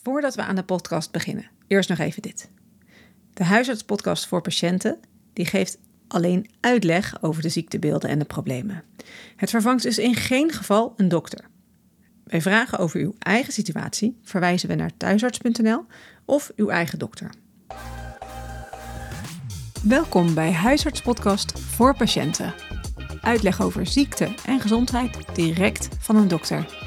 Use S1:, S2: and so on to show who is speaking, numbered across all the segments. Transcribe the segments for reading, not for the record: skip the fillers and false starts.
S1: Voordat we aan de podcast beginnen, eerst nog even dit. De huisartspodcast voor patiënten die geeft alleen uitleg over de ziektebeelden en de problemen. Het vervangt dus in geen geval een dokter. Bij vragen over uw eigen situatie verwijzen we naar thuisarts.nl of uw eigen dokter. Welkom bij Huisartspodcast voor patiënten. Uitleg over ziekte en gezondheid direct van een dokter.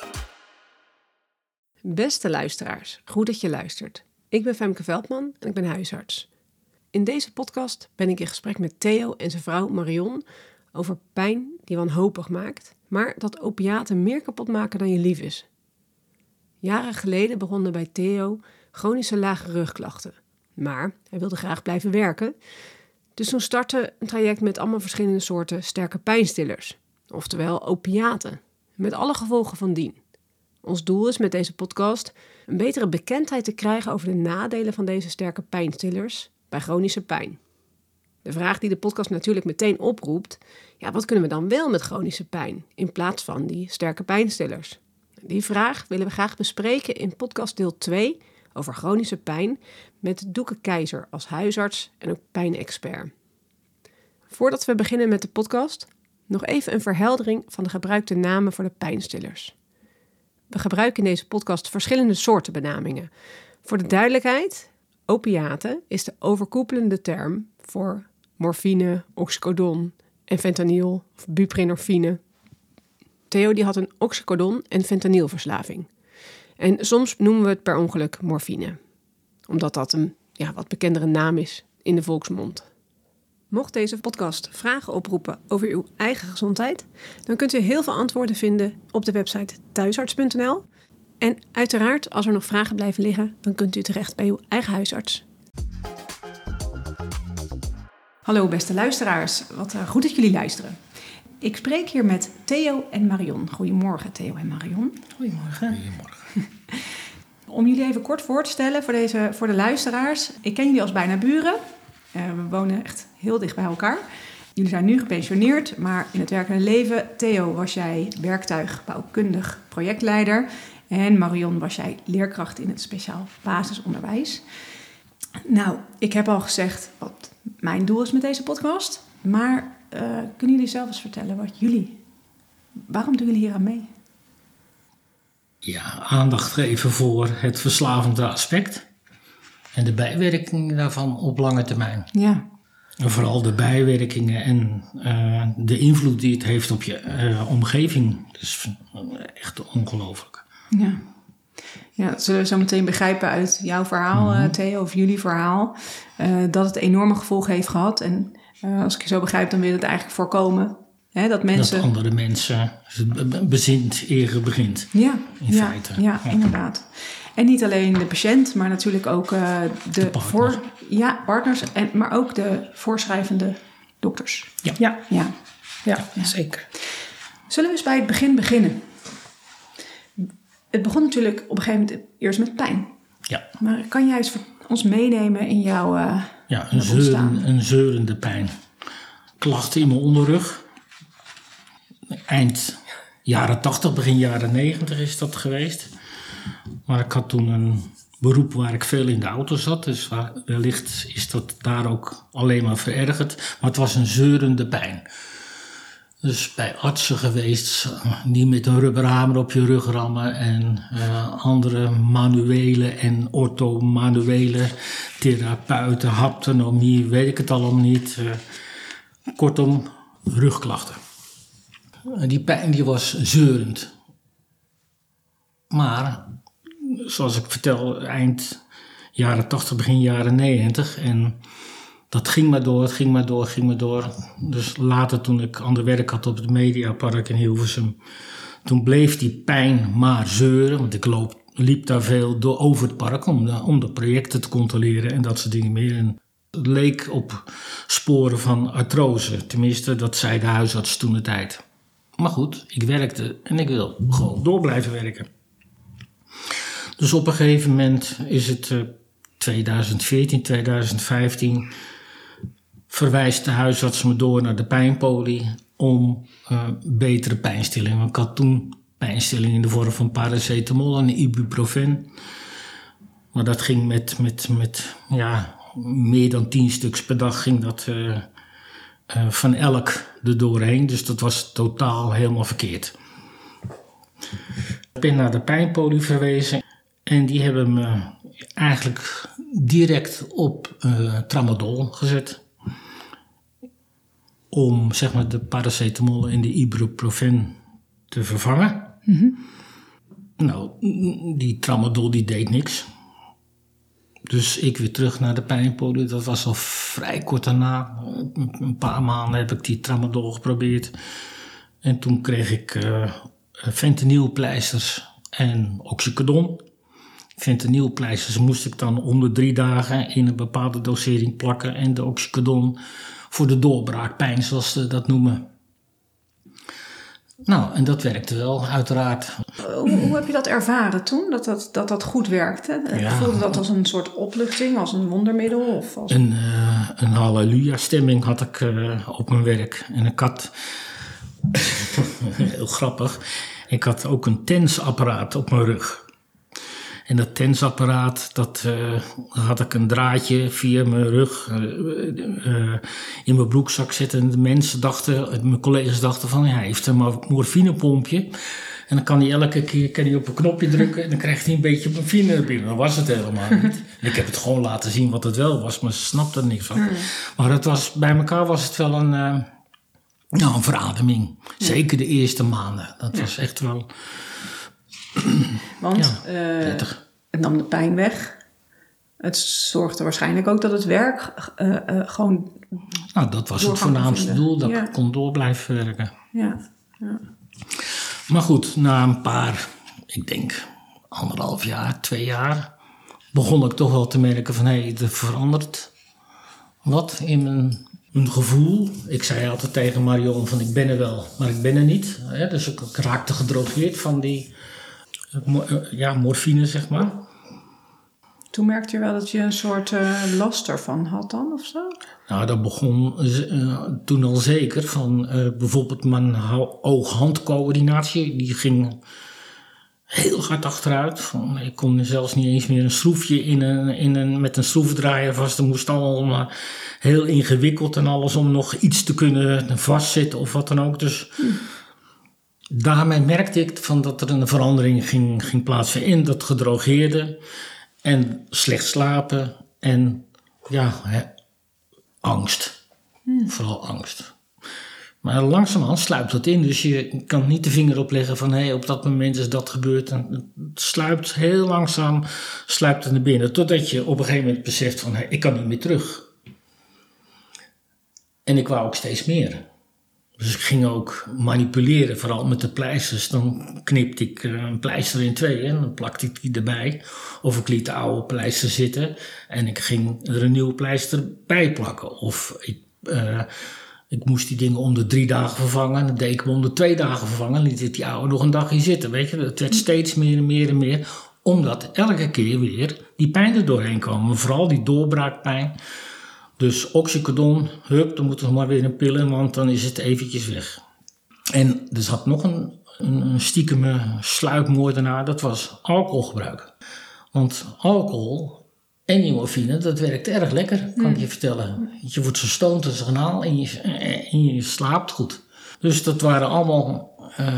S2: Beste luisteraars, goed dat je luistert. Ik ben Femke Veldman en ik ben huisarts. In deze podcast ben ik in gesprek met Theo en zijn vrouw Marion over pijn die wanhopig maakt, maar dat opiaten meer kapot maken dan je lief is. Jaren geleden begonnen bij Theo chronische lage rugklachten, maar hij wilde graag blijven werken. Dus toen startte een traject met allemaal verschillende soorten sterke pijnstillers, oftewel opiaten, met alle gevolgen van dien. Ons doel is met deze podcast een betere bekendheid te krijgen over de nadelen van deze sterke pijnstillers bij chronische pijn. De vraag die de podcast natuurlijk meteen oproept, wat kunnen we dan wel met chronische pijn in plaats van die sterke pijnstillers? Die vraag willen we graag bespreken in podcast deel 2 over chronische pijn met Doeke Keizer als huisarts en ook pijnexpert. Voordat we beginnen met de podcast, nog even een verheldering van de gebruikte namen voor de pijnstillers. We gebruiken in deze podcast verschillende soorten benamingen. Voor de duidelijkheid, opiaten is de overkoepelende term voor morfine, oxycodon en fentanyl of buprenorfine. Theo die had een oxycodon- en fentanylverslaving. En soms noemen we het per ongeluk morfine, omdat dat een wat bekendere naam is in de volksmond. Mocht deze podcast vragen oproepen over uw eigen gezondheid, dan kunt u heel veel antwoorden vinden op de website thuisarts.nl. En uiteraard, als er nog vragen blijven liggen, dan kunt u terecht bij uw eigen huisarts.
S1: Hallo beste luisteraars, wat goed dat jullie luisteren. Ik spreek hier met Theo en Marion. Goedemorgen Theo en Marion.
S3: Goedemorgen. Goedemorgen.
S1: Om jullie even kort voor te stellen voor de luisteraars. Ik ken jullie als bijna buren. We wonen echt heel dicht bij elkaar. Jullie zijn nu gepensioneerd, maar in het werkende leven, Theo, was jij werktuigbouwkundig projectleider. En Marion was jij leerkracht in het speciaal basisonderwijs. Nou, ik heb al gezegd wat mijn doel is met deze podcast. Maar kunnen jullie zelf eens vertellen waarom doen jullie hier aan mee?
S3: Ja, aandacht geven voor het verslavende aspect. En de bijwerkingen daarvan op lange termijn.
S1: Ja.
S3: En vooral de bijwerkingen en de invloed die het heeft op je omgeving. Dat is echt ongelooflijk.
S1: Ja, dat zullen we zo meteen begrijpen uit jouw verhaal, Theo, of jullie verhaal. Dat het enorme gevolgen heeft gehad. En als ik je zo begrijp, dan wil je het eigenlijk voorkomen. Hè, dat
S3: andere mensen bezint eer begint.
S1: Ja,
S3: in feite.
S1: Ja, inderdaad. En niet alleen de patiënt, maar natuurlijk ook de partners, maar ook de voorschrijvende dokters.
S2: Ja, zeker.
S1: Zullen we eens bij het begin beginnen? Het begon natuurlijk op een gegeven moment eerst met pijn.
S3: Ja.
S1: Maar kan jij eens ons meenemen in jouw
S3: een zeurende pijn. Klachten in mijn onderrug. Eind jaren 80, begin jaren 90 is dat geweest. Maar ik had toen een beroep waar ik veel in de auto zat. Dus wellicht is dat daar ook alleen maar verergerd. Maar het was een zeurende pijn. Dus bij artsen geweest die met een rubberhamer op je rug rammen. En andere manuele en orthomanuele therapeuten, haptonomie, weet ik het allemaal niet. Kortom, rugklachten. Die pijn die was zeurend. Maar, zoals ik vertel, eind jaren 80, begin jaren 90. En dat ging maar door. Dus later, toen ik ander werk had op het Mediapark in Hilversum, toen bleef die pijn maar zeuren. Want ik liep daar veel over het park om de projecten te controleren en dat soort dingen meer. En het leek op sporen van artrose. Tenminste, dat zei de huisarts toen de tijd. Maar goed, ik werkte en ik wil gewoon door blijven werken. Dus op een gegeven moment is het 2014, 2015... verwijst de huisarts me door naar de pijnpolie om betere pijnstilling. Want ik had toen pijnstilling in de vorm van paracetamol en ibuprofen. Maar dat ging met meer dan 10 stuks per dag ging dat van elk er doorheen. Dus dat was totaal helemaal verkeerd. Ik ben naar de pijnpolie verwezen en die hebben me eigenlijk direct op tramadol gezet. Om zeg maar de paracetamol en de ibuprofen te vervangen. Mm-hmm. Nou, die tramadol die deed niks. Dus ik weer terug naar de pijnpolie. Dat was al vrij kort daarna. Een paar maanden heb ik die tramadol geprobeerd. En toen kreeg ik fentanylpleisters en oxycodon. Fentanylpleisters moest ik dan om de 3 dagen in een bepaalde dosering plakken. En de oxycodon voor de doorbraakpijn, zoals ze dat noemen. Nou, en dat werkte wel, uiteraard.
S1: Hoe heb je dat ervaren toen, dat goed werkte? Ja. Voelde dat als een soort opluchting, als een wondermiddel? Of als...
S3: Een halleluja-stemming had ik op mijn werk. En ik had, heel grappig, ik had ook een tensapparaat op mijn rug. En dat tensapparaat, dat had ik een draadje via mijn rug in mijn broekzak zitten. En de mensen dachten, mijn collega's dachten van, hij heeft een morfinepompje. En dan kan hij elke keer op een knopje drukken en dan krijgt hij een beetje morfine er binnen. Dat was het helemaal niet. En ik heb het gewoon laten zien wat het wel was, maar ze snapten er niks van. Maar het was, bij elkaar was het wel een verademing. Zeker de eerste maanden. Dat was echt wel...
S1: Want het nam de pijn weg. Het zorgde waarschijnlijk ook dat het werk gewoon...
S3: Nou, dat was het voornaamste doel, dat ik kon door blijven werken.
S1: Ja.
S3: Maar goed, na een paar, ik denk 1,5 jaar, 2 jaar... begon ik toch wel te merken van, er verandert wat in mijn gevoel. Ik zei altijd tegen Marion van, ik ben er wel, maar ik ben er niet. Dus ik raakte gedrogeerd van die... morfine, zeg maar.
S1: Toen merkte je wel dat je een soort last ervan had dan, of zo?
S3: Nou, dat begon toen al zeker. Van bijvoorbeeld mijn oog-handcoördinatie. Die ging heel hard achteruit. Ik kon zelfs niet eens meer een schroefje met een schroevendraaier vast. Dat moest allemaal heel ingewikkeld en alles om nog iets te kunnen vastzitten of wat dan ook. Dus... Daarmee merkte ik van dat er een verandering ging plaatsvinden in dat gedrogeerde en slecht slapen en angst. Vooral angst. Maar langzamerhand sluipt dat in, dus je kan niet de vinger opleggen van op dat moment is dat gebeurd. En het sluipt heel langzaam, sluipt het naar binnen, totdat je op een gegeven moment beseft van ik kan niet meer terug. En ik wou ook steeds meer. Dus ik ging ook manipuleren, vooral met de pleisters. Dan knipte ik een pleister in 2 en dan plakte ik die erbij. Of ik liet de oude pleister zitten en ik ging er een nieuwe pleister bij plakken. Of ik moest die dingen om de 3 dagen vervangen. Dan deed ik hem om de 2 dagen vervangen. Liet ik die oude nog een dagje zitten. Weet je, het werd steeds meer en meer en meer. Omdat elke keer weer die pijn er doorheen kwam. Vooral die doorbraakpijn. Dus oxycodon, dan moeten we maar weer een pil in, want dan is het eventjes weg. En er zat nog een stiekeme sluipmoordenaar, dat was alcoholgebruik. Want alcohol en die morfine, dat werkt erg lekker, kan ik je vertellen. Je wordt zo stoned als een granaal en je slaapt goed. Dus dat waren allemaal,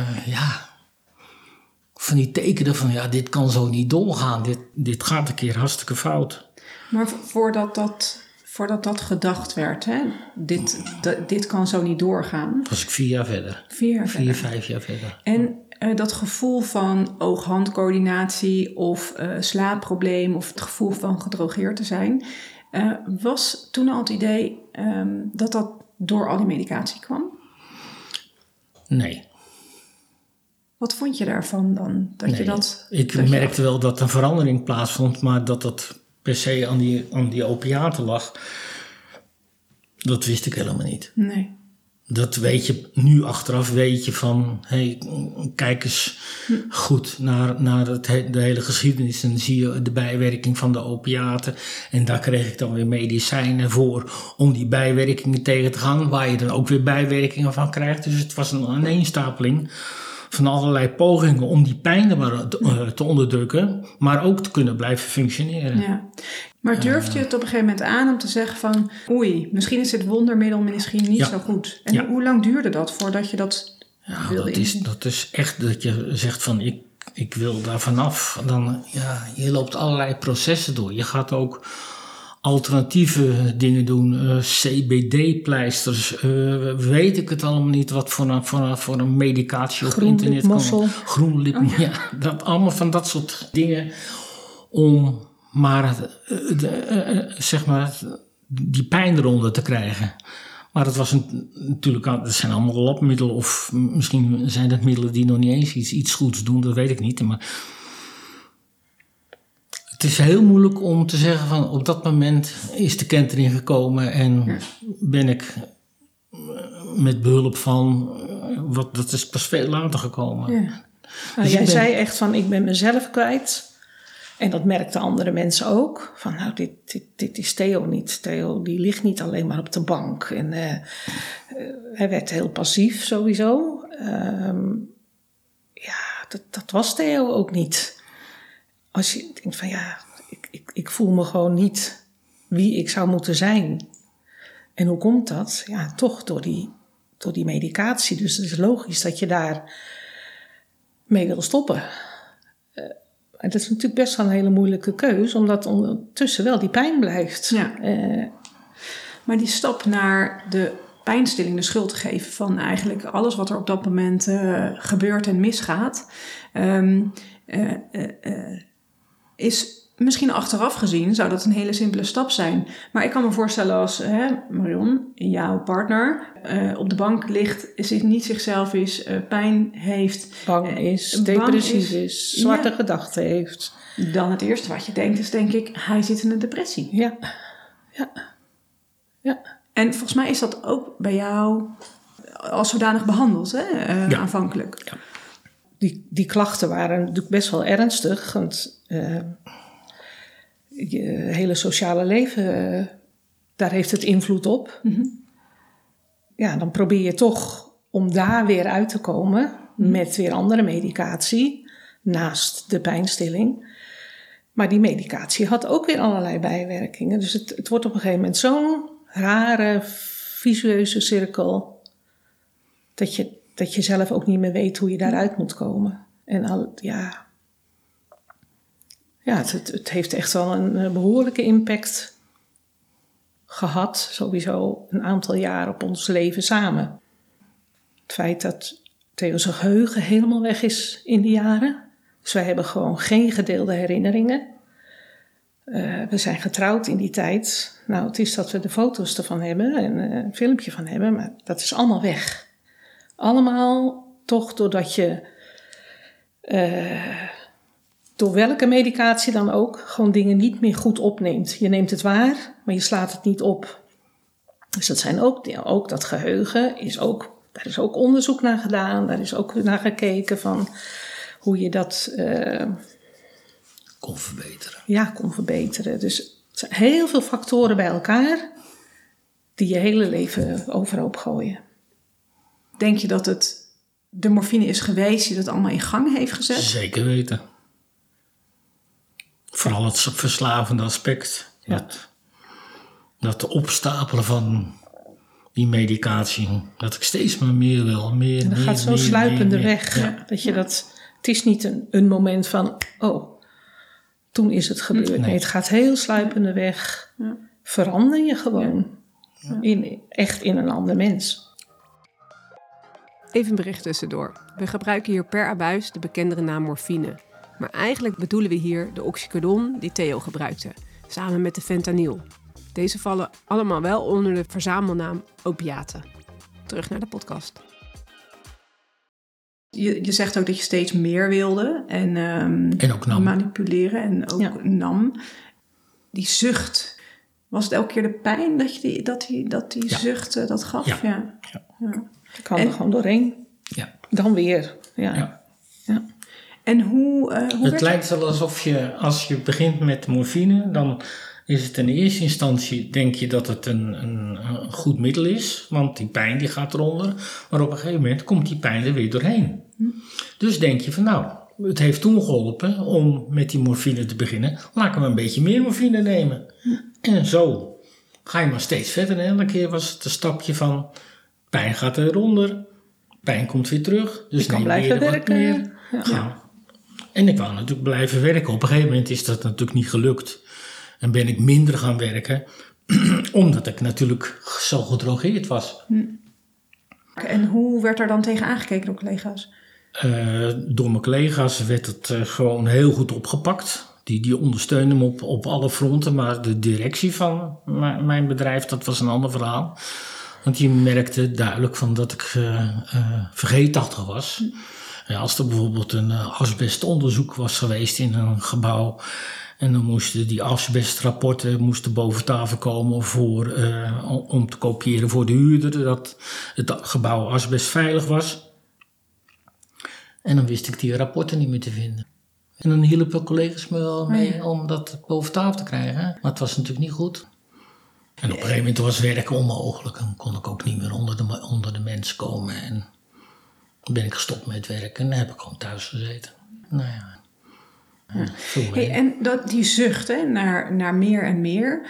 S3: van die tekenen van, dit kan zo niet doorgaan. Dit gaat een keer hartstikke fout.
S1: Maar voordat dat gedacht werd, dit kan zo niet doorgaan.
S3: Was ik 4 jaar verder. 5 jaar verder.
S1: En dat gevoel van oog-handcoördinatie of slaapprobleem of het gevoel van gedrogeerd te zijn, was toen al het idee dat door al die medicatie kwam?
S3: Nee.
S1: Wat vond je daarvan dan?
S3: Ik merkte wel dat een verandering plaatsvond, maar dat per se aan die opiaten lag, dat wist ik helemaal niet.
S1: Nee.
S3: Dat weet je, nu achteraf weet je van, kijk eens goed naar de hele geschiedenis en dan zie je de bijwerking van de opiaten. En daar kreeg ik dan weer medicijnen voor om die bijwerkingen tegen te gaan, waar je dan ook weer bijwerkingen van krijgt. Dus het was een aaneenstapeling van allerlei pogingen om die pijn te onderdrukken, maar ook te kunnen blijven functioneren.
S1: Ja. Maar durfde je het op een gegeven moment aan om te zeggen van, oei, misschien is dit wondermiddel misschien niet zo goed. En hoe lang duurde dat voordat je dat wilde inzien?
S3: Dat is echt dat je zegt van, ik wil daar vanaf. Dan, je loopt allerlei processen door. Je gaat ook alternatieve dingen doen, CBD-pleisters, weet ik het allemaal niet, wat voor een medicatie op internet kan. Groenlip, dat allemaal van dat soort dingen om maar zeg maar die pijn eronder te krijgen. Maar het was natuurlijk, dat zijn allemaal labmiddelen of misschien zijn dat middelen die nog niet eens iets goeds doen, dat weet ik niet. Maar het is heel moeilijk om te zeggen van op dat moment is de kentering gekomen en ben ik met behulp van, dat is pas veel later gekomen.
S4: Ja. Nou, jij zei echt van ik ben mezelf kwijt. En dat merkten andere mensen ook. Van nou, dit is Theo niet. Theo die ligt niet alleen maar op de bank. En hij werd heel passief sowieso. Dat was Theo ook niet. Als je denkt van ik voel me gewoon niet wie ik zou moeten zijn. En hoe komt dat? Ja, toch door die medicatie. Dus het is logisch dat je daar mee wil stoppen. En dat is natuurlijk best wel een hele moeilijke keus, omdat ondertussen wel die pijn blijft.
S1: Ja. Maar die stap naar de pijnstilling, de schuld te geven van eigenlijk alles wat er op dat moment gebeurt en misgaat, is misschien achteraf gezien, zou dat een hele simpele stap zijn. Maar ik kan me voorstellen als Marion, jouw partner, op de bank ligt, niet zichzelf is, pijn heeft.
S4: Bang is, depressief is, zwarte gedachten heeft.
S1: Dan het eerste wat je denkt is denk ik, hij zit in een depressie.
S4: Ja.
S1: En volgens mij is dat ook bij jou als zodanig behandeld, aanvankelijk.
S3: Ja.
S4: Die klachten waren natuurlijk best wel ernstig, want je hele sociale leven, daar heeft het invloed op. Mm-hmm. Ja, dan probeer je toch om daar weer uit te komen met weer andere medicatie naast de pijnstilling. Maar die medicatie had ook weer allerlei bijwerkingen. Dus het wordt op een gegeven moment zo'n rare, visueuze cirkel dat je zelf ook niet meer weet hoe je daaruit moet komen. En het heeft echt wel een behoorlijke impact gehad, sowieso een aantal jaar op ons leven samen. Het feit dat Theo zijn geheugen helemaal weg is in die jaren. Dus wij hebben gewoon geen gedeelde herinneringen. We zijn getrouwd in die tijd. Nou, het is dat we de foto's ervan hebben en een filmpje van hebben, maar dat is allemaal weg. Allemaal toch doordat je door welke medicatie dan ook gewoon dingen niet meer goed opneemt. Je neemt het waar, maar je slaat het niet op. Dus dat zijn ook dat geheugen daar is ook onderzoek naar gedaan. Daar is ook naar gekeken van hoe je dat
S3: kon verbeteren.
S4: Ja, kon verbeteren. Dus het zijn heel veel factoren bij elkaar die je hele leven overhoop gooien.
S1: Denk je dat het de morfine is geweest die dat allemaal in gang heeft gezet?
S3: Zeker weten. Vooral het verslavende aspect.
S4: Ja.
S3: Dat opstapelen van die medicatie. Dat ik steeds maar meer wil.
S4: En dat gaat zo sluipende weg. Ja. Dat je het is niet een moment van, toen is het gebeurd. Nee, het gaat heel sluipende weg. Ja. Verander je gewoon. Ja. Echt in een ander mens.
S2: Even een bericht tussendoor. We gebruiken hier per abuis de bekendere naam morfine. Maar eigenlijk bedoelen we hier de oxycodon die Theo gebruikte, samen met de fentanyl. Deze vallen allemaal wel onder de verzamelnaam opiaten. Terug naar de podcast.
S1: Je zegt ook dat je steeds meer wilde
S3: en ook nam.
S1: Manipuleren en ook nam. Die zucht, was het elke keer de pijn dat die zucht dat gaf?
S3: Ja.
S4: Ik kwam er gewoon doorheen.
S3: Ja.
S4: Dan weer. Ja.
S1: En hoe
S3: het lijkt wel alsof als je begint met morfine, dan is het in eerste instantie, denk je dat het een goed middel is, want die pijn die gaat eronder. Maar op een gegeven moment komt die pijn er weer doorheen. Dus denk je van nou, het heeft toen geholpen om met die morfine te beginnen. Laat ik maar een beetje meer morfine nemen. En zo ga je maar steeds verder. En elke keer was het een stapje van pijn gaat eronder, pijn komt weer terug. Dus
S4: je kan blijven werken.
S3: Ja. En ik wou natuurlijk blijven werken. Op een gegeven moment is dat natuurlijk niet gelukt. En ben ik minder gaan werken, omdat ik natuurlijk zo gedrogeerd was.
S1: En hoe werd er dan tegen aangekeken door collega's?
S3: Door mijn collega's werd het gewoon heel goed opgepakt. Die ondersteunen me op alle fronten. Maar de directie van mijn bedrijf, dat was een ander verhaal. Want die merkte duidelijk van dat ik vergeetachtig was. Als er bijvoorbeeld een asbestonderzoek was geweest in een gebouw. En dan moesten die asbestrapporten boven tafel komen om te kopiëren voor de huurder. Dat het gebouw asbestveilig was. En dan wist ik die rapporten niet meer te vinden. En dan hielpen collega's me wel mee om dat boven tafel te krijgen. Maar het was natuurlijk niet goed. En op een gegeven moment was werken onmogelijk. Dan kon ik ook niet meer onder de mensen komen. En dan ben ik gestopt met werken. En dan heb ik gewoon thuis gezeten. Nou ja.
S1: En die zucht naar meer en meer.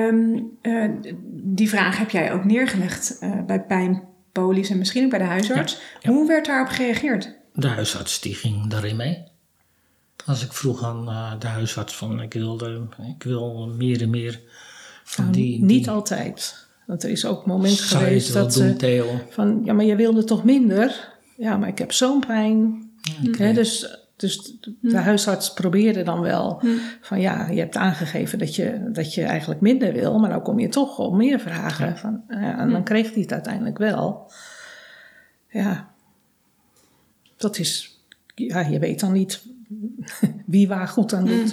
S1: Die vraag heb jij ook neergelegd bij pijnpolies en misschien ook bij de huisarts. Ja. Hoe werd daarop gereageerd?
S3: De huisarts die ging daarin mee. Als ik vroeg aan de huisarts van ik wil meer en meer van die...
S4: Niet altijd. Want er is ook een moment geweest dat
S3: doen, Theo?
S4: Van ja, maar je wilde toch minder? Ja, maar ik heb zo'n pijn. Okay. Dus de huisarts probeerde dan wel van ja, je hebt aangegeven dat je eigenlijk minder wil, maar nou kom je toch om meer vragen. Ja. Van, en dan kreeg hij het uiteindelijk wel. Ja, dat is, ja, je weet dan niet wie waar goed aan doet.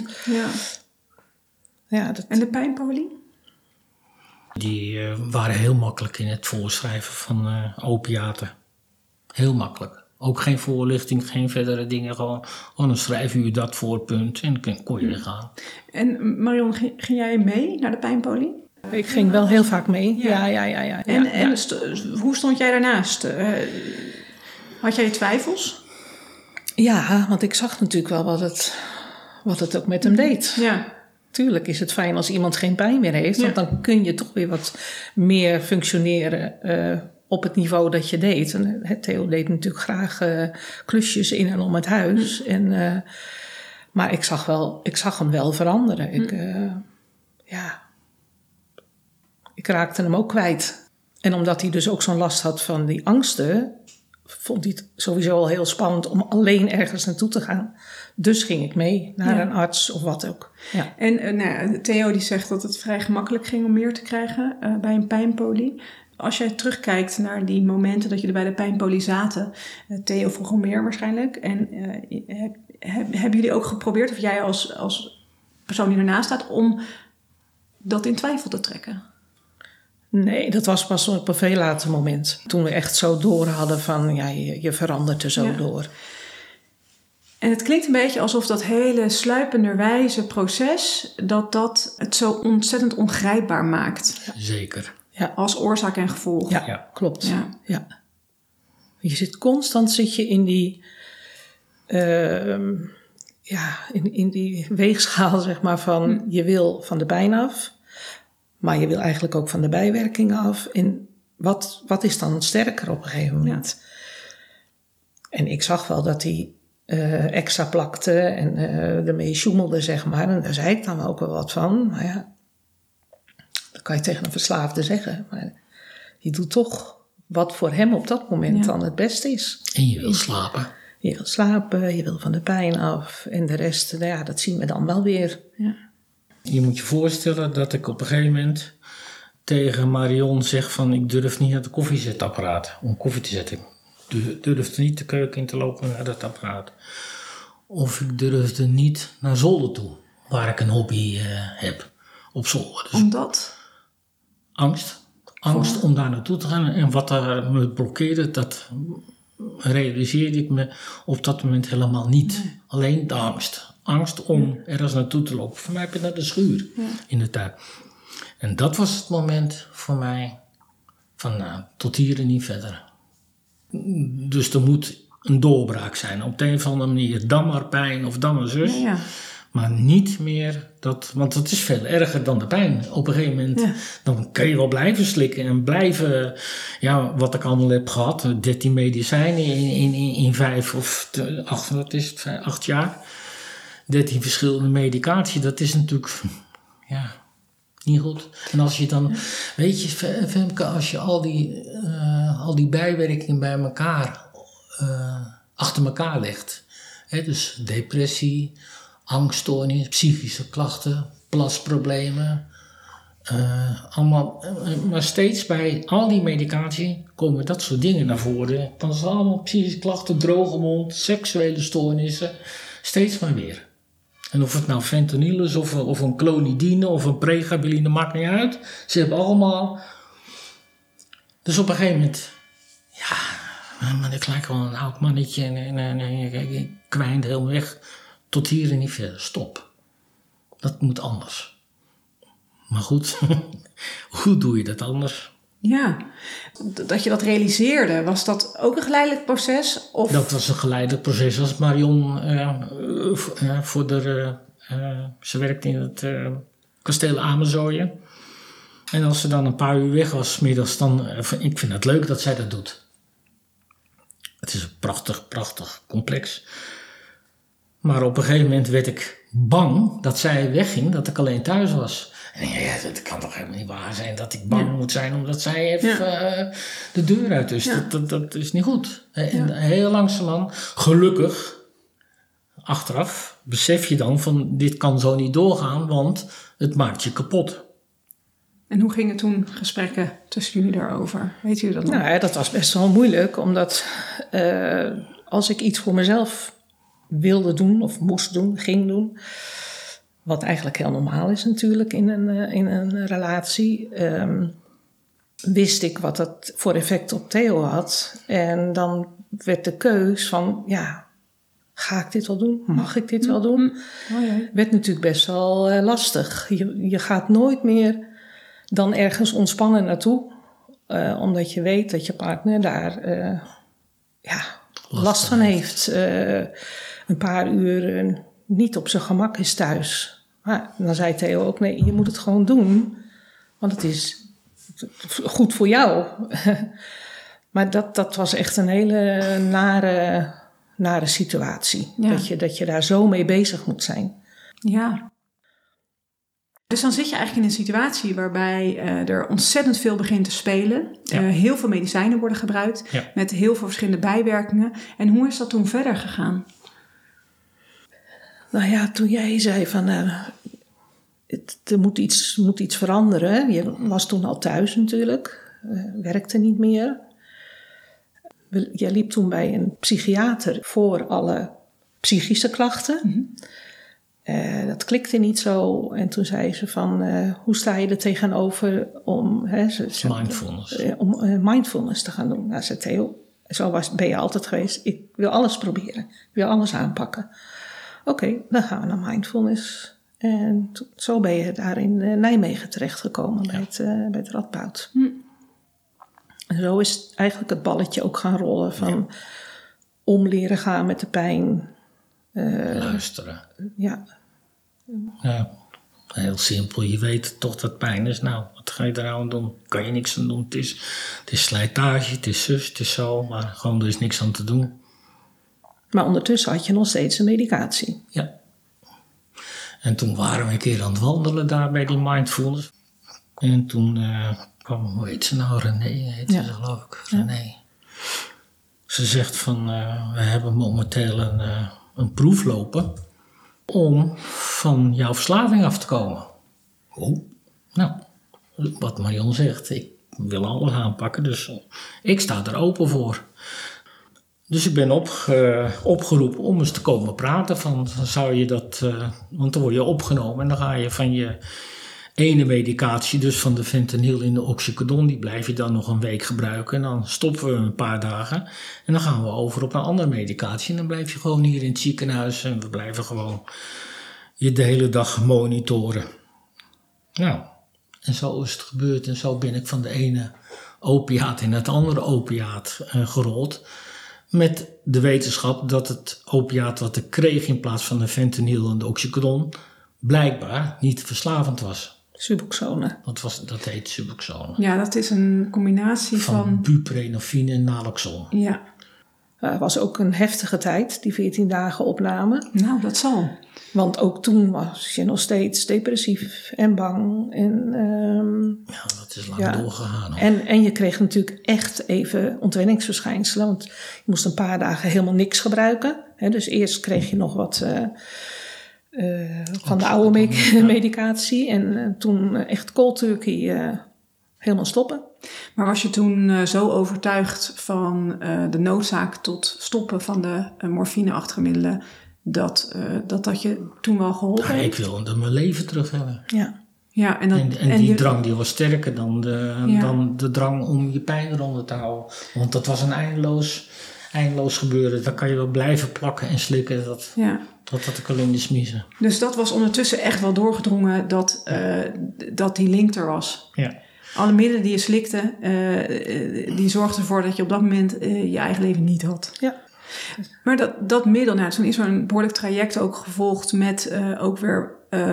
S4: Ja,
S1: En de pijnpolie?
S3: Die waren heel makkelijk in het voorschrijven van opiaten. Heel makkelijk. Ook geen voorlichting, geen verdere dingen. Gewoon, dan schrijf u dat voor, punt. En dan kon je weer gaan.
S1: En Marion, ging jij mee naar de pijnpolie?
S4: Ik ging wel heel vaak mee. Ja.
S1: En hoe stond jij daarnaast? Had jij je twijfels?
S4: Ja, want ik zag natuurlijk wel wat het ook met hem deed.
S1: Ja.
S4: Tuurlijk is het fijn als iemand geen pijn meer heeft. Want dan kun je toch weer wat meer functioneren op het niveau dat je deed. En Theo deed natuurlijk graag klusjes in en om het huis. Maar ik zag hem wel veranderen. Ik raakte hem ook kwijt. En omdat hij dus ook zo'n last had van die angsten, vond hij het sowieso al heel spannend om alleen ergens naartoe te gaan. Dus ging ik mee naar een arts of wat ook. Ja.
S1: En Theo die zegt dat het vrij gemakkelijk ging om meer te krijgen bij een pijnpolie. Als jij terugkijkt naar die momenten dat jullie bij de pijnpolie zaten, Theo vroeg om meer waarschijnlijk. En hebben jullie ook geprobeerd, of jij als persoon die ernaast staat, om dat in twijfel te trekken?
S4: Nee, dat was pas op een veel later moment. Toen we echt zo door hadden van, ja, je verandert er zo door.
S1: En het klinkt een beetje alsof dat hele sluipenderwijze proces, dat het zo ontzettend ongrijpbaar maakt.
S3: Ja. Zeker.
S1: Ja. Als oorzaak en gevolg.
S4: Ja, klopt. Ja. Je zit constant in die, in die weegschaal, zeg maar, van je wil van de pijn af, maar je wil eigenlijk ook van de bijwerkingen af. En wat is dan sterker op een gegeven moment? Ja. En ik zag wel dat hij extra plakte en ermee sjoemelde, zeg maar. En daar zei ik dan ook wel wat van. Maar ja, dat kan je tegen een verslaafde zeggen. Maar je doet toch wat voor hem op dat moment dan het beste is.
S3: En je wil slapen.
S4: Je wil slapen, je wil van de pijn af. En de rest, dat zien we dan wel weer. Ja.
S3: Je moet je voorstellen dat ik op een gegeven moment tegen Marion zeg van, ik durf niet naar de koffiezetapparaat om koffie te zetten. Ik durfde niet de keuken in te lopen naar dat apparaat. Of ik durfde niet naar zolder toe, waar ik een hobby heb op zolder. Dus
S1: omdat?
S3: Angst om daar naartoe te gaan. En wat daar me blokkeerde, dat realiseerde ik me op dat moment helemaal niet. Nee. Alleen de angst. Angst om ergens naartoe te lopen. Voor mij heb je naar de schuur in de tuin. En dat was het moment voor mij van tot hier en niet verder. Dus er moet een doorbraak zijn. Op de een of andere manier, dan maar pijn of dan maar zus.
S1: Ja.
S3: Maar niet meer dat, want het is veel erger dan de pijn. Op een gegeven moment, dan kun je wel blijven slikken en blijven, wat ik allemaal heb gehad, 13 medicijnen in 8 jaar. 13 verschillende medicatie, dat is natuurlijk, niet goed. En als je dan, weet je, Femke, als je al die bijwerkingen bij elkaar, achter elkaar legt. Hè, dus depressie, angststoornis, psychische klachten, plasproblemen. Allemaal, maar steeds bij al die medicatie komen dat soort dingen naar voren. Dan zijn allemaal psychische klachten, droge mond, seksuele stoornissen. Steeds maar weer. En of het nou fentanyl is of een clonidine of een pregabaline, maakt niet uit. Ze hebben allemaal... Dus op een gegeven moment... maar ik lijk wel een oud mannetje en ik kwijnt helemaal weg. Tot hier en niet verder. Stop. Dat moet anders. Maar goed, hoe doe je dat anders?
S1: Ja, dat je dat realiseerde, was dat ook een geleidelijk proces? Of?
S3: Dat was een geleidelijk proces. Als Marion ze werkte in het kasteel Amerzooien. En als ze dan een paar uur weg was, 's middags, dan... ik vind het leuk dat zij dat doet. Het is een prachtig complex. Maar op een gegeven moment werd ik bang dat zij wegging, dat ik alleen thuis was. En dat kan toch helemaal niet waar zijn dat ik bang moet zijn omdat zij even de deur uit is. Dat is niet goed. En heel langzamerhand, gelukkig, achteraf, besef je dan van dit kan zo niet doorgaan, want het maakt je kapot.
S1: En hoe gingen toen gesprekken tussen jullie daarover? Weet jullie dat nog?
S4: Nou ja, dat was best wel moeilijk, omdat als ik iets voor mezelf wilde doen of moest doen, ging doen, wat eigenlijk heel normaal is natuurlijk in een relatie, wist ik wat dat voor effect op Theo had. En dan werd de keus van, ga ik dit wel doen? Mag ik dit wel doen? Werd natuurlijk best wel lastig. Je gaat nooit meer dan ergens ontspannen naartoe, omdat je weet dat je partner daar last van heeft. Een paar uur niet op zijn gemak is thuis. Maar dan zei Theo ook, nee, je moet het gewoon doen, want het is goed voor jou. Maar dat was echt een hele nare situatie. Ja. Dat je daar zo mee bezig moet zijn.
S1: Ja. Dus dan zit je eigenlijk in een situatie waarbij er ontzettend veel begint te spelen. Ja. Heel veel medicijnen worden gebruikt met heel veel verschillende bijwerkingen. En hoe is dat toen verder gegaan?
S4: Nou ja, toen jij zei van er moet iets veranderen. Je was toen al thuis natuurlijk, werkte niet meer. Jij liep toen bij een psychiater voor alle psychische klachten. Mm-hmm. Dat klikte niet zo. En toen zei ze van, hoe sta je er tegenover om mindfulness te gaan doen? Nou, zei Theo, ben je altijd geweest. Ik wil alles proberen. Ik wil alles aanpakken. Oké, dan gaan we naar mindfulness. En zo ben je daar in Nijmegen terechtgekomen bij het Radboud. En zo is eigenlijk het balletje ook gaan rollen van om leren gaan met de pijn.
S3: Luisteren.
S4: Ja,
S3: heel simpel. Je weet toch dat pijn is. Nou, wat ga je daar aan doen? Kan je niks aan doen. Het is slijtage, het is zus, het is zo. Maar gewoon, er is niks aan te doen.
S4: Maar ondertussen had je nog steeds een medicatie.
S3: Ja. En toen waren we een keer aan het wandelen daar bij die mindfulness. En toen kwam, hoe heet ze nou? René heet ze geloof ik. René. Ze zegt van, we hebben momenteel een proef lopen om van jouw verslaving af te komen. Oh, nou, wat Marion zegt, ik wil alles aanpakken, dus ik sta er open voor. Dus ik ben opgeroepen om eens te komen praten van, zou je dat, want dan word je opgenomen en dan ga je van je ene medicatie, dus van de fentanyl in de oxycodon, die blijf je dan nog een week gebruiken en dan stoppen we een paar dagen en dan gaan we over op een andere medicatie en dan blijf je gewoon hier in het ziekenhuis en we blijven gewoon je de hele dag monitoren. Nou, en zo is het gebeurd en zo ben ik van de ene opiaat in het andere opiaat gerold. Met de wetenschap dat het opiaat wat ik kreeg in plaats van de fentanyl en de oxycodon blijkbaar niet verslavend was.
S4: Suboxone.
S3: Dat heet Suboxone.
S1: Ja, dat is een combinatie van
S3: buprenorfine en naloxon.
S1: Ja.
S4: Het was ook een heftige tijd, die 14 dagen opname.
S1: Nou, dat zal.
S4: Want ook toen was je nog steeds depressief en bang. En,
S3: ja, dat is lang doorgegaan.
S4: En je kreeg natuurlijk echt even ontwenningsverschijnselen. Want je moest een paar dagen helemaal niks gebruiken. Dus eerst kreeg je nog wat van de oude medicatie. En toen echt cold turkey helemaal stoppen.
S1: Maar was je toen zo overtuigd van de noodzaak tot stoppen van de morfineachtige middelen... dat je toen wel geholpen heeft?
S3: Ik wilde mijn leven terug hebben.
S4: Ja.
S1: Ja,
S3: en die drang die was sterker dan de drang om je pijn eronder te houden. Want dat was een eindeloos gebeuren. Daar kan je wel blijven plakken en slikken. Dat had ik al in de smiezen.
S1: Dus dat was ondertussen echt wel doorgedrongen dat die link er was.
S3: Ja.
S1: Alle middelen die je slikte, die zorgden ervoor dat je op dat moment je eigen leven niet had.
S4: Ja.
S1: Maar dat middel, toen is er een behoorlijk traject ook gevolgd met ook weer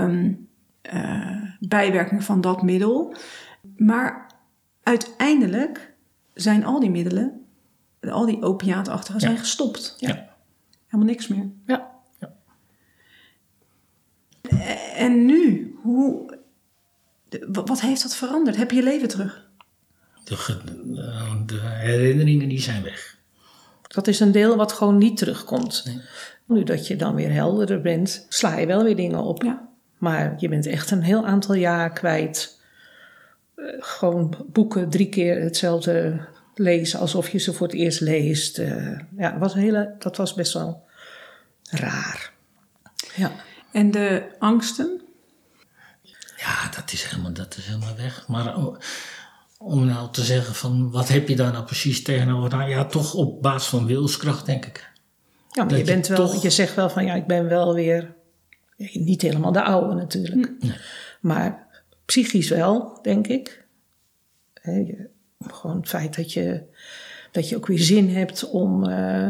S1: bijwerking van dat middel. Maar uiteindelijk zijn al die middelen, al die opiaatachtigen, zijn gestopt.
S3: Ja.
S1: Helemaal niks meer.
S4: Ja.
S1: En nu, wat heeft dat veranderd? Heb je je leven terug?
S3: De herinneringen die zijn weg.
S4: Dat is een deel wat gewoon niet terugkomt.
S3: Nee.
S4: Nu dat je dan weer helderder bent, sla je wel weer dingen op.
S1: Ja. Maar
S4: je bent echt een heel aantal jaar kwijt. Gewoon boeken 3 keer hetzelfde lezen alsof je ze voor het eerst leest. Dat was best wel raar. Ja.
S1: En de angsten?
S3: Ja, dat is helemaal weg. Maar om nou te zeggen van wat heb je daar nou precies tegenover? Nou ja, toch op basis van wilskracht, denk ik.
S4: Ja, maar je zegt wel van ik ben wel weer niet helemaal de oude natuurlijk.
S3: Nee.
S4: Maar psychisch wel, denk ik. Gewoon het feit dat je ook weer zin hebt om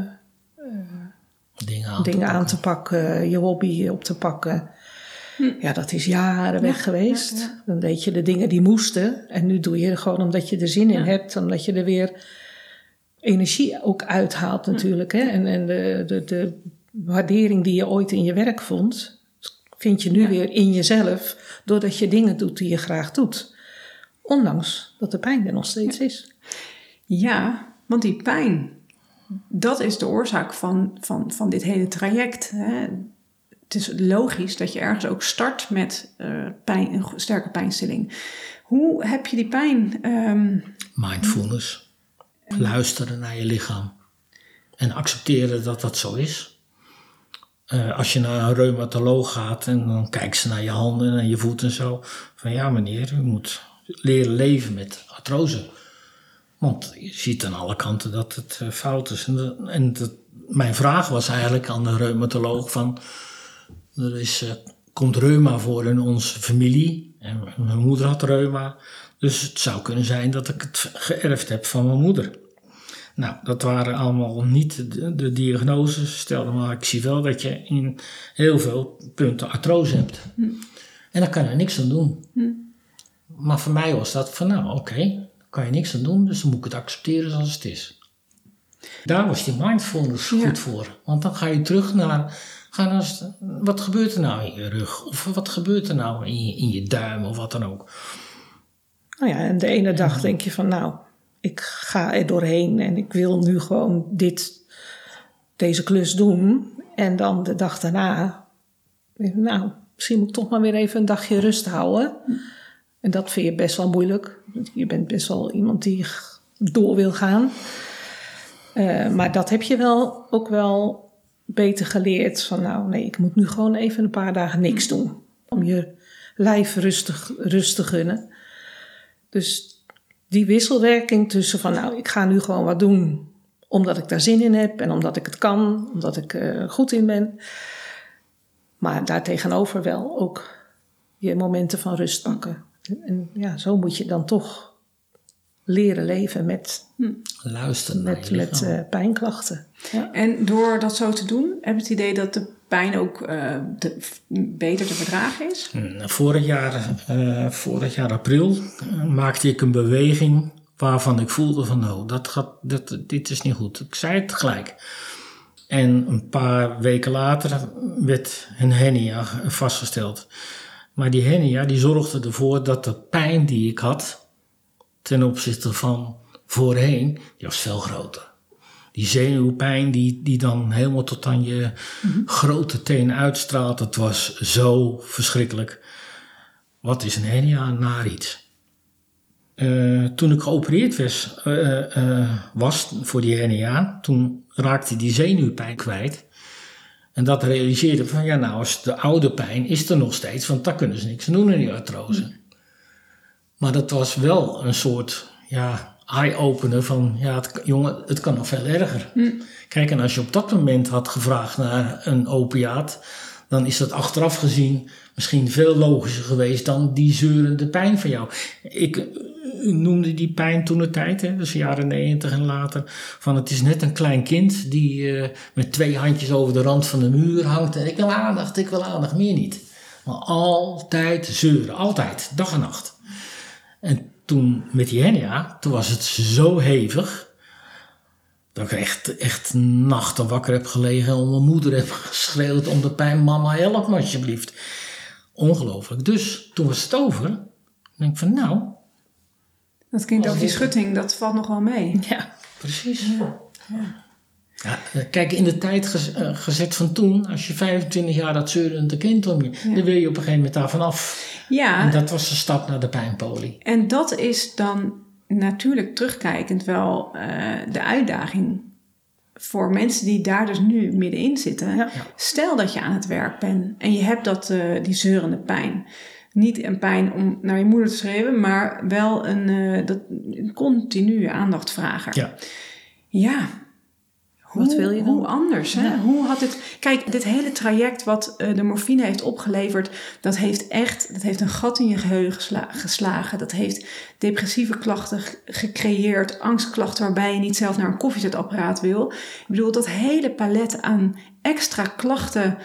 S4: dingen aan te pakken, je hobby op te pakken. Ja, dat is jaren weg geweest. Ja. Dan deed je de dingen die moesten. En nu doe je gewoon omdat je er zin in hebt. Omdat je er weer energie ook uithaalt natuurlijk. Hè? En de waardering die je ooit in je werk vond, vind je nu weer in jezelf. Doordat je dingen doet die je graag doet. Ondanks dat de pijn er nog steeds is.
S1: Ja, want die pijn, dat is de oorzaak van dit hele traject. Hè? Het is logisch dat je ergens ook start met een sterke pijnstilling. Hoe heb je die pijn?
S3: Mindfulness. Luisteren naar je lichaam. En accepteren dat dat zo is. Als je naar een reumatoloog gaat en dan kijkt ze naar je handen en je voeten en zo. Van ja meneer, u moet leren leven met artrose. Want je ziet aan alle kanten dat het fout is. Mijn vraag was eigenlijk aan de reumatoloog van... komt reuma voor in onze familie. En mijn moeder had reuma. Dus het zou kunnen zijn dat ik het geërfd heb van mijn moeder. Nou, dat waren allemaal niet de diagnoses. Stel maar, ik zie wel dat je in heel veel punten artrose hebt. En daar kan je niks aan doen. Maar voor mij was dat van, oké, daar kan je niks aan doen. Dus dan moet ik het accepteren zoals het is. Daar was die mindfulness goed voor. Want dan ga je terug naar... wat gebeurt er nou in je rug? Of wat gebeurt er nou in je duim of wat dan ook?
S4: Nou ja, en de ene dag denk je van ik ga er doorheen en ik wil nu gewoon deze klus doen. En dan de dag daarna, misschien moet ik toch maar weer even een dagje rust houden. En dat vind je best wel moeilijk. Je bent best wel iemand die door wil gaan. Maar dat heb je ook wel beter geleerd van ik moet nu gewoon even een paar dagen niks doen. Om je lijf rust te gunnen. Dus die wisselwerking tussen van ik ga nu gewoon wat doen omdat ik daar zin in heb en omdat ik het kan, omdat ik goed in ben. Maar daartegenover wel ook je momenten van rust pakken. En zo moet je dan toch leren leven met
S3: Luisteren naar je lichaam.
S4: met pijnklachten. Ja.
S1: En door dat zo te doen, heb je het idee dat de pijn ook beter te verdragen is?
S3: Vorig jaar april maakte ik een beweging waarvan ik voelde van dit is niet goed. Ik zei het gelijk. En een paar weken later werd een hernia vastgesteld. Maar die hernia die zorgde ervoor dat de pijn die ik had ten opzichte van voorheen, die was veel groter. Die zenuwpijn die dan helemaal tot aan je grote teen uitstraalt, het was zo verschrikkelijk. Wat is een hernia? Naar iets. Toen ik geopereerd was voor die hernia, toen raakte die zenuwpijn kwijt. En dat realiseerde van als de oude pijn is er nog steeds, want daar kunnen ze niks aan doen in die artrose. Maar dat was wel een soort eye-opener van, het kan nog veel erger. Kijk, en als je op dat moment had gevraagd naar een opiaat, dan is dat achteraf gezien misschien veel logischer geweest dan die zeurende pijn van jou. Ik noemde die pijn toen de tijd, dus jaren 90 en later, van het is net een klein kind die met 2 handjes over de rand van de muur hangt en ik wil aandacht, meer niet. Maar altijd zeuren, altijd, dag en nacht. En toen met die hernia, toen was het zo hevig dat ik echt nachten wakker heb gelegen en om mijn moeder heb geschreeuwd om de pijn. Mama, help me alsjeblieft. Ongelooflijk. Dus toen was het over. Dan denk ik van
S1: Dat kind over die schutting, dat valt nog wel mee.
S4: Ja,
S3: precies. Ja, kijk, in de tijd gezet van toen, als je 25 jaar dat zeurende kind om je, dan wil je op een gegeven moment daarvan af.
S1: Ja.
S3: En dat was de stap naar de pijnpolie.
S1: En dat is dan natuurlijk terugkijkend wel de uitdaging voor mensen die daar dus nu middenin zitten. Ja. Stel dat je aan het werk bent en je hebt die zeurende pijn. Niet een pijn om naar je moeder te schreeuwen, maar wel een continue aandachtvrager. Ja.
S4: Wat wil je dan?
S1: Hoe anders? Hè? Ja. Hoe had het? Kijk, dit hele traject wat de morfine heeft opgeleverd, dat heeft een gat in je geheugen geslagen. Dat heeft depressieve klachten gecreëerd, angstklachten waarbij je niet zelf naar een koffiezetapparaat wil. Ik bedoel, dat hele palet aan extra klachten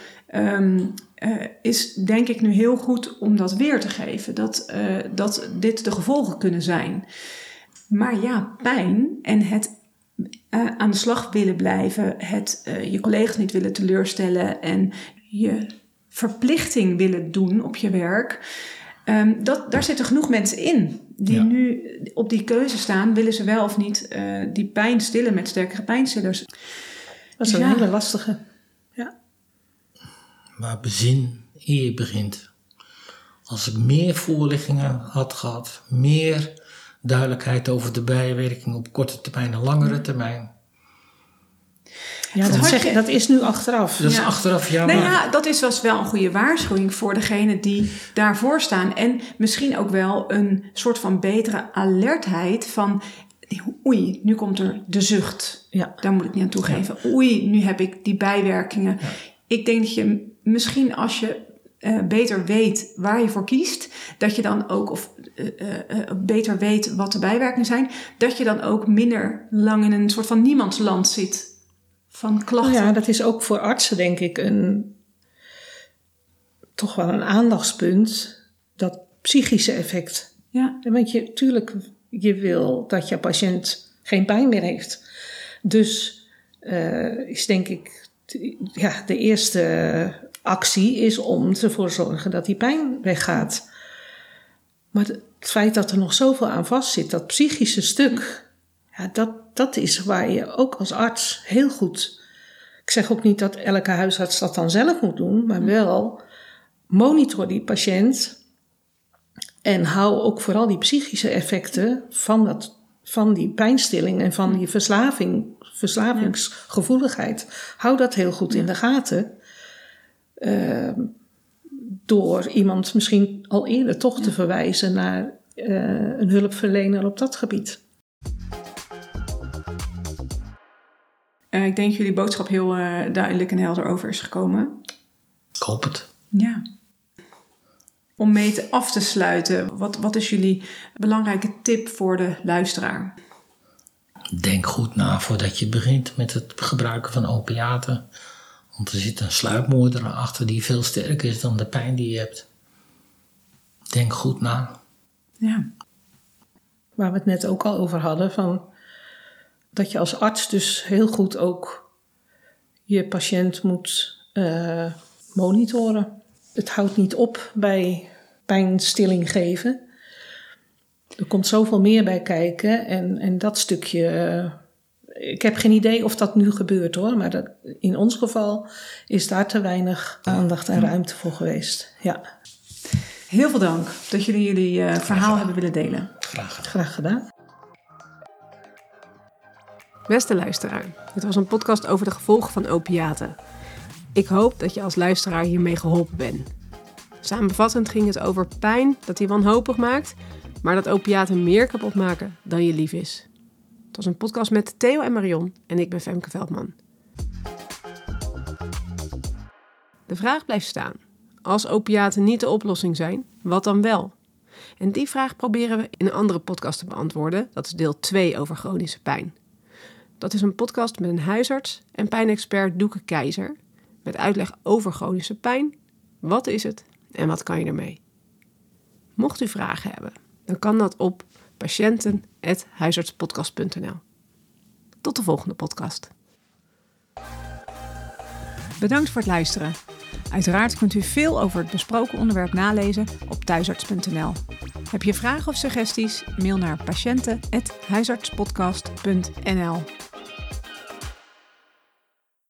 S1: is denk ik nu heel goed om dat weer te geven. Dat dit de gevolgen kunnen zijn. Maar pijn en het aan de slag willen blijven, je collega's niet willen teleurstellen en je verplichting willen doen op je werk. Daar zitten genoeg mensen in die nu op die keuze staan. Willen ze wel of niet die pijn stillen met sterkere pijnstillers?
S4: Dat is een hele lastige. Ja.
S3: Maar bezin eer je begint. Als ik meer voorlichtingen had gehad, meer duidelijkheid over de bijwerking op korte termijn en langere termijn.
S4: Ja, dat is nu achteraf.
S3: Dat is achteraf,
S1: dat was wel een goede waarschuwing voor degenen die daarvoor staan. En misschien ook wel een soort van betere alertheid van oei, nu komt er de zucht. Ja. Daar moet ik niet aan toegeven. Ja. Oei, nu heb ik die bijwerkingen. Ja. Ik denk dat je misschien als je beter weet waar je voor kiest, dat je dan ook beter weet wat de bijwerkingen zijn, dat je dan ook minder lang in een soort van niemandsland zit van klachten.
S4: Ja, dat is ook voor artsen denk ik toch wel een aandachtspunt, dat psychische effect. Ja. Want je wil dat je patiënt geen pijn meer heeft. Dus is denk ik de eerste actie is om ervoor te zorgen dat die pijn weggaat. Maar het feit dat er nog zoveel aan vast zit, dat psychische stuk, dat is waar je ook als arts heel goed. Ik zeg ook niet dat elke huisarts dat dan zelf moet doen, maar wel monitor die patiënt en hou ook vooral die psychische effecten van die pijnstilling en van die verslavingsgevoeligheid. Hou dat heel goed in de gaten. Door iemand misschien al eerder toch te verwijzen naar een hulpverlener op dat gebied.
S1: Ik denk dat jullie boodschap heel duidelijk en helder over is gekomen.
S3: Ik hoop het.
S1: Ja. Om mee af te sluiten, wat is jullie belangrijke tip voor de luisteraar?
S3: Denk goed na voordat je begint met het gebruiken van opiaten. Want er zit een sluipmoorder achter die veel sterker is dan de pijn die je hebt. Denk goed na.
S1: Ja.
S4: Waar we het net ook al over hadden, van dat je als arts dus heel goed ook je patiënt moet monitoren. Het houdt niet op bij pijnstilling geven. Er komt zoveel meer bij kijken en dat stukje... ik heb geen idee of dat nu gebeurt hoor, maar in ons geval is daar te weinig aandacht en ruimte voor geweest. Ja.
S1: Heel veel dank dat jullie verhaal hebben willen delen.
S4: Graag gedaan.
S2: Beste luisteraar, dit was een podcast over de gevolgen van opiaten. Ik hoop dat je als luisteraar hiermee geholpen bent. Samenvattend ging het over pijn dat die wanhopig maakt, maar dat opiaten meer kapot maken dan je lief is. Het was een podcast met Theo en Marion en ik ben Femke Veldman. De vraag blijft staan. Als opiaten niet de oplossing zijn, wat dan wel? En die vraag proberen we in een andere podcast te beantwoorden. Dat is deel 2 over chronische pijn. Dat is een podcast met een huisarts en pijnexpert Doeke Keizer. Met uitleg over chronische pijn. Wat is het en wat kan je ermee? Mocht u vragen hebben, dan kan dat op patiënten@huisartspodcast.nl. Tot de volgende podcast.
S1: Bedankt voor het luisteren. Uiteraard kunt u veel over het besproken onderwerp nalezen op thuisarts.nl. Heb je vragen of suggesties? Mail naar patiënten@huisartspodcast.nl.